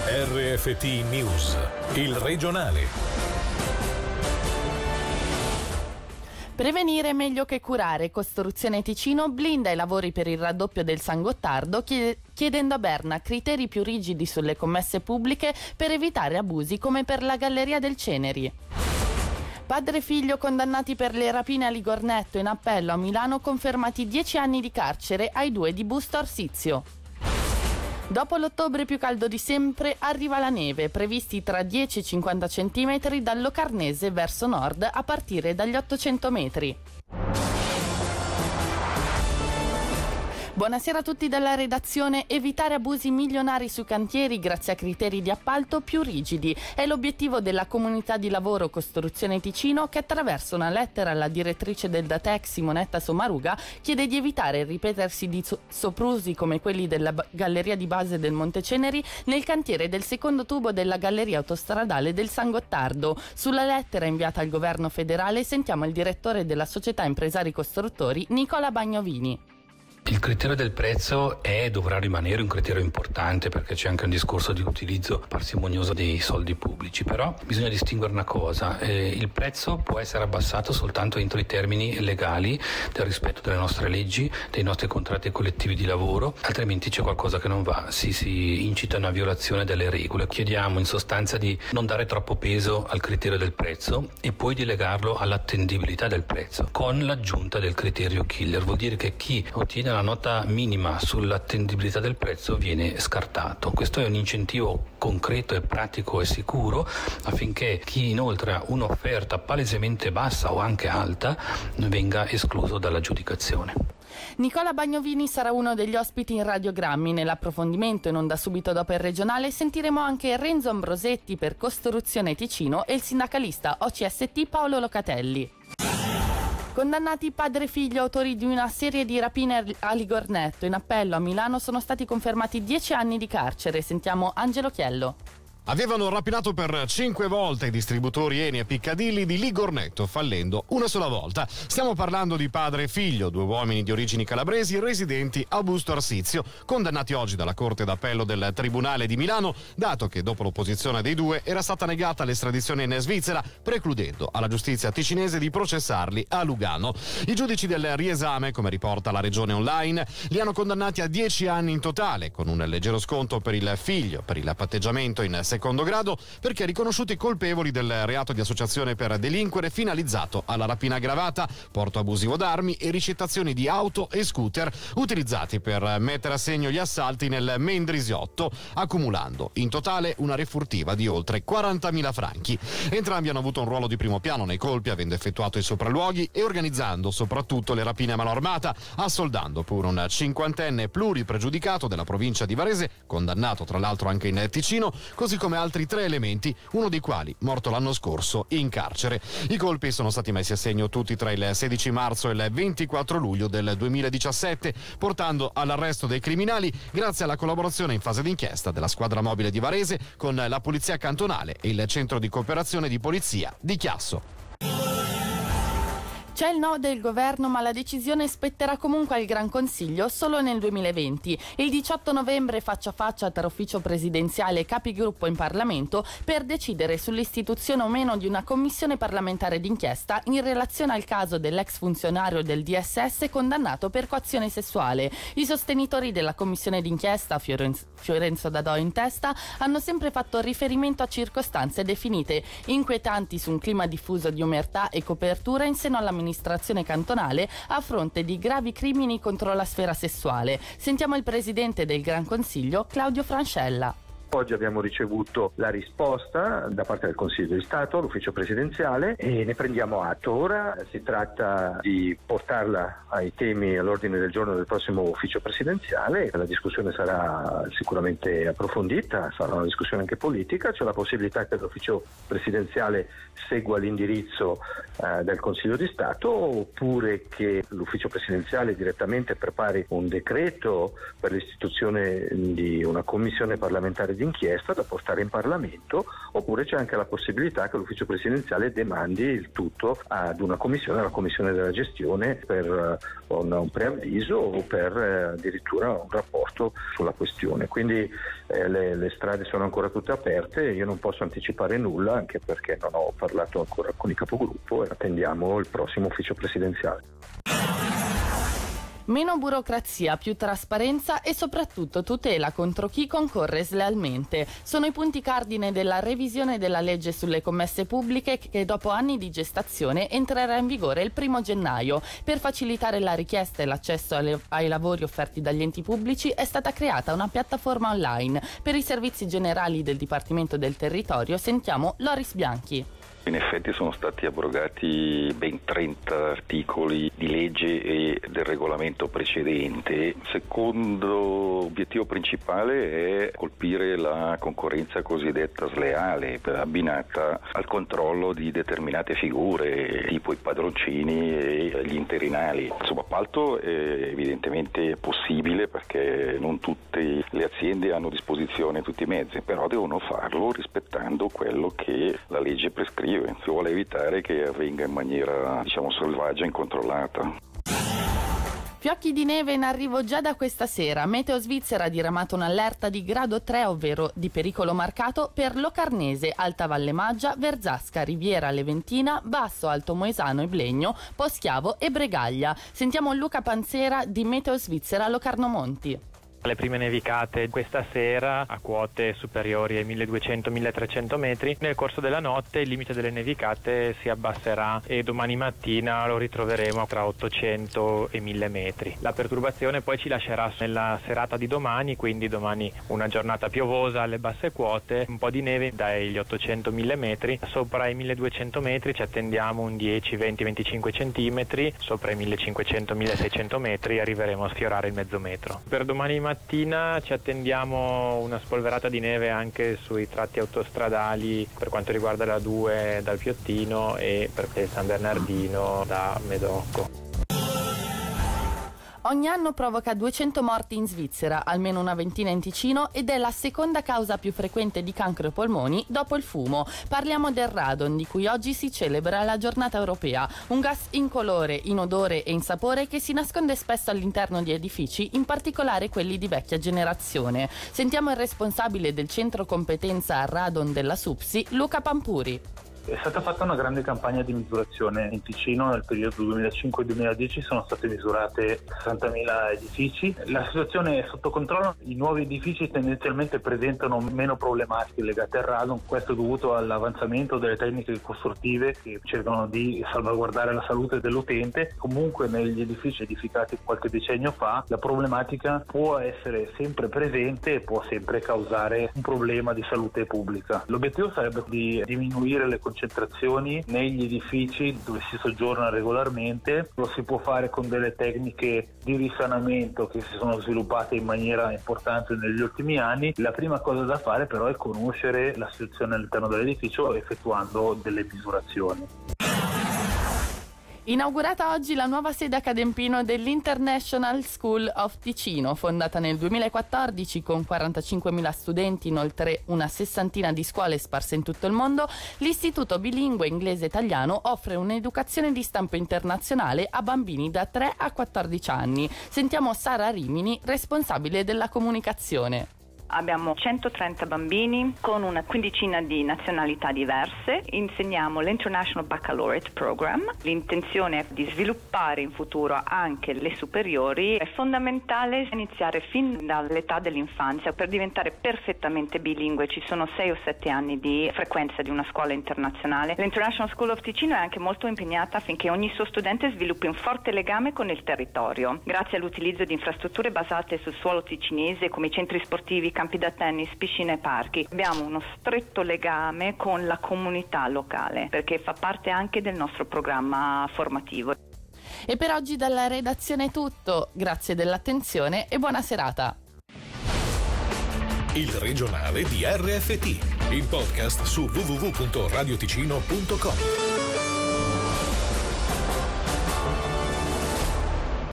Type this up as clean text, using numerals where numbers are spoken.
RFT News, il regionale. Prevenire è meglio che curare. Costruzione Ticino blinda i lavori per il raddoppio del San Gottardo, chiedendo a Berna criteri più rigidi sulle commesse pubbliche per evitare abusi come per la Galleria del Ceneri. Padre e figlio condannati per le rapine a Ligornetto, in appello a Milano confermati 10 anni di carcere ai due di Busto Arsizio. Dopo l'ottobre più caldo di sempre arriva la neve, previsti tra 10 e 50 cm dal Locarnese verso nord a partire dagli 800 metri. Buonasera a tutti dalla redazione. Evitare abusi milionari sui cantieri grazie a criteri di appalto più rigidi è l'obiettivo della comunità di lavoro Costruzione Ticino, che attraverso una lettera alla direttrice del Datec Simonetta Sommaruga chiede di evitare il ripetersi di soprusi come quelli della galleria di base del Monte Ceneri nel cantiere del secondo tubo della galleria autostradale del San Gottardo. Sulla lettera inviata al governo federale sentiamo il direttore della società Impresari Costruttori, Nicola Bagnovini. Il criterio del prezzo è e dovrà rimanere un criterio importante, perché c'è anche un discorso di utilizzo parsimonioso dei soldi pubblici, però bisogna distinguere una cosa: il prezzo può essere abbassato soltanto entro i termini legali del rispetto delle nostre leggi, dei nostri contratti collettivi di lavoro, altrimenti c'è qualcosa che non va, si incita a una violazione delle regole. Chiediamo in sostanza di non dare troppo peso al criterio del prezzo e poi di legarlo all'attendibilità del prezzo, con l'aggiunta del criterio killer. Vuol dire che chi ottiene la nota minima sull'attendibilità del prezzo viene scartato. Questo è un incentivo concreto e pratico e sicuro affinché chi inoltre un'offerta palesemente bassa o anche alta venga escluso dall'aggiudicazione. Nicola Bagnovini sarà uno degli ospiti in Radiogrammi. Nell'approfondimento in onda subito dopo il regionale sentiremo anche Renzo Ambrosetti per Costruzione Ticino e il sindacalista OCST Paolo Locatelli. Condannati padre e figlio autori di una serie di rapine a Ligornetto, in appello a Milano sono stati confermati 10 anni di carcere. Sentiamo Angelo Chiello. Avevano rapinato per 5 volte i distributori Eni e Piccadilly di Ligornetto, fallendo una sola volta. Stiamo parlando di padre e figlio, due uomini di origini calabresi residenti a Busto Arsizio, condannati oggi dalla Corte d'Appello del Tribunale di Milano, dato che dopo l'opposizione dei due era stata negata l'estradizione in Svizzera, precludendo alla giustizia ticinese di processarli a Lugano. I giudici del riesame, come riporta la Regione Online, li hanno condannati a 10 anni in totale, con un leggero sconto per il figlio, per il patteggiamento in secondo grado, perché riconosciuti colpevoli del reato di associazione per delinquere finalizzato alla rapina aggravata, porto abusivo d'armi e ricettazioni di auto e scooter utilizzati per mettere a segno gli assalti nel Mendrisiotto, accumulando in totale una refurtiva di oltre 40.000 franchi. Entrambi hanno avuto un ruolo di primo piano nei colpi, avendo effettuato i sopralluoghi e organizzando soprattutto le rapine a mano armata, assoldando pure un cinquantenne pluripregiudicato della provincia di Varese, condannato tra l'altro anche in Ticino, così come altri 3 elementi, uno dei quali morto l'anno scorso in carcere. I colpi sono stati messi a segno tutti tra il 16 marzo e il 24 luglio del 2017, portando all'arresto dei criminali grazie alla collaborazione in fase d'inchiesta della squadra mobile di Varese con la Polizia Cantonale e il Centro di Cooperazione di Polizia di Chiasso. C'è il no del governo, ma la decisione spetterà comunque al Gran Consiglio solo nel 2020. Il 18 novembre faccia a faccia tra ufficio presidenziale e capigruppo in Parlamento per decidere sull'istituzione o meno di una commissione parlamentare d'inchiesta in relazione al caso dell'ex funzionario del DSS condannato per coazione sessuale. I sostenitori della commissione d'inchiesta, Fiorenzo Dadò in testa, hanno sempre fatto riferimento a circostanze definite inquietanti su un clima diffuso di omertà e copertura in seno all'amministrazione cantonale a fronte di gravi crimini contro la sfera sessuale. Sentiamo il presidente del Gran Consiglio, Claudio Francella. Oggi abbiamo ricevuto la risposta da parte del Consiglio di Stato, l'ufficio presidenziale, e ne prendiamo atto. Ora si tratta di portarla ai temi all'ordine del giorno del prossimo ufficio presidenziale. La discussione sarà sicuramente approfondita, sarà una discussione anche politica. C'è la possibilità che l'ufficio presidenziale segua l'indirizzo del Consiglio di Stato, oppure che l'ufficio presidenziale direttamente prepari un decreto per l'istituzione di una commissione parlamentare d'inchiesta da portare in Parlamento, oppure c'è anche la possibilità che l'ufficio presidenziale demandi il tutto ad una commissione, la commissione della gestione, per un preavviso o per addirittura un rapporto sulla questione. Quindi le strade sono ancora tutte aperte, io non posso anticipare nulla, anche perché non ho parlato ancora con i capogruppo e attendiamo il prossimo ufficio presidenziale. Meno burocrazia, più trasparenza e soprattutto tutela contro chi concorre slealmente. Sono i punti cardine della revisione della legge sulle commesse pubbliche che dopo anni di gestazione entrerà in vigore il 1 gennaio. Per facilitare la richiesta e l'accesso ai lavori offerti dagli enti pubblici è stata creata una piattaforma online. Per i servizi generali del Dipartimento del Territorio sentiamo Loris Bianchi. In effetti sono stati abrogati ben 30 articoli di legge e del regolamento precedente. Il secondo obiettivo principale è colpire la concorrenza cosiddetta sleale, abbinata al controllo di determinate figure, tipo i padroncini e gli interinali. Il subappalto è evidentemente possibile perché non tutte le aziende hanno a disposizione tutti i mezzi, però devono farlo rispettando quello che la legge prescrive. Si vuole evitare che avvenga in maniera, selvaggia e incontrollata. Fiocchi di neve in arrivo già da questa sera. Meteo Svizzera ha diramato un'allerta di grado 3, ovvero di pericolo marcato, per Locarnese, Alta Valle Maggia, Verzasca, Riviera Leventina, Basso Alto Moesano e Blegno, Poschiavo e Bregaglia. Sentiamo Luca Panzera di Meteo Svizzera Locarno Monti. Le prime nevicate questa sera a quote superiori ai 1200-1300 metri. Nel corso della notte il limite delle nevicate si abbasserà e domani mattina lo ritroveremo tra 800 e 1000 metri. La perturbazione poi ci lascerà nella serata di domani, quindi domani una giornata piovosa alle basse quote, un po' di neve dagli 800-1000 metri. Sopra i 1200 metri ci attendiamo un 10-20-25 centimetri, sopra i 1500-1600 metri arriveremo a sfiorare il mezzo metro. Per domani mattina ci attendiamo una spolverata di neve anche sui tratti autostradali per quanto riguarda la 2 dal Piottino e per il San Bernardino da Medocco. Ogni anno provoca 200 morti in Svizzera, almeno una ventina in Ticino, ed è la seconda causa più frequente di cancro ai polmoni dopo il fumo. Parliamo del radon, di cui oggi si celebra la giornata europea, un gas incolore, inodore e insapore che si nasconde spesso all'interno di edifici, in particolare quelli di vecchia generazione. Sentiamo il responsabile del centro competenza radon della SUPSI, Luca Pampuri. È stata fatta una grande campagna di misurazione in Ticino. Nel periodo 2005-2010 sono state misurate 60.000 edifici. La situazione è sotto controllo, i nuovi edifici tendenzialmente presentano meno problematiche legate al radon, questo è dovuto all'avanzamento delle tecniche costruttive che cercano di salvaguardare la salute dell'utente. Comunque negli edifici edificati qualche decennio fa la problematica può essere sempre presente e può sempre causare un problema di salute pubblica. L'obiettivo sarebbe di diminuire le concentrazioni negli edifici dove si soggiorna regolarmente. Lo si può fare con delle tecniche di risanamento che si sono sviluppate in maniera importante negli ultimi anni. La prima cosa da fare però è conoscere la situazione all'interno dell'edificio effettuando delle misurazioni. Inaugurata oggi la nuova sede a Cadempino dell'International School of Ticino, fondata nel 2014 con 45.000 studenti in oltre una sessantina di scuole sparse in tutto il mondo. L'istituto bilingue inglese-italiano offre un'educazione di stampo internazionale a bambini da 3 a 14 anni. Sentiamo Sara Rimini, responsabile della comunicazione. Abbiamo 130 bambini con una quindicina di nazionalità diverse. Insegniamo l'International Baccalaureate Program. L'intenzione è di sviluppare in futuro anche le superiori. È fondamentale iniziare fin dall'età dell'infanzia per diventare perfettamente bilingue. Ci sono 6 o 7 anni di frequenza di una scuola internazionale. L'International School of Ticino è anche molto impegnata affinché ogni suo studente sviluppi un forte legame con il territorio. Grazie all'utilizzo di infrastrutture basate sul suolo ticinese come i centri sportivi, campi da tennis, piscine e parchi. Abbiamo uno stretto legame con la comunità locale perché fa parte anche del nostro programma formativo. E per oggi dalla redazione è tutto. Grazie dell'attenzione e buona serata. Il regionale di RFT, il podcast su www.radioticino.com.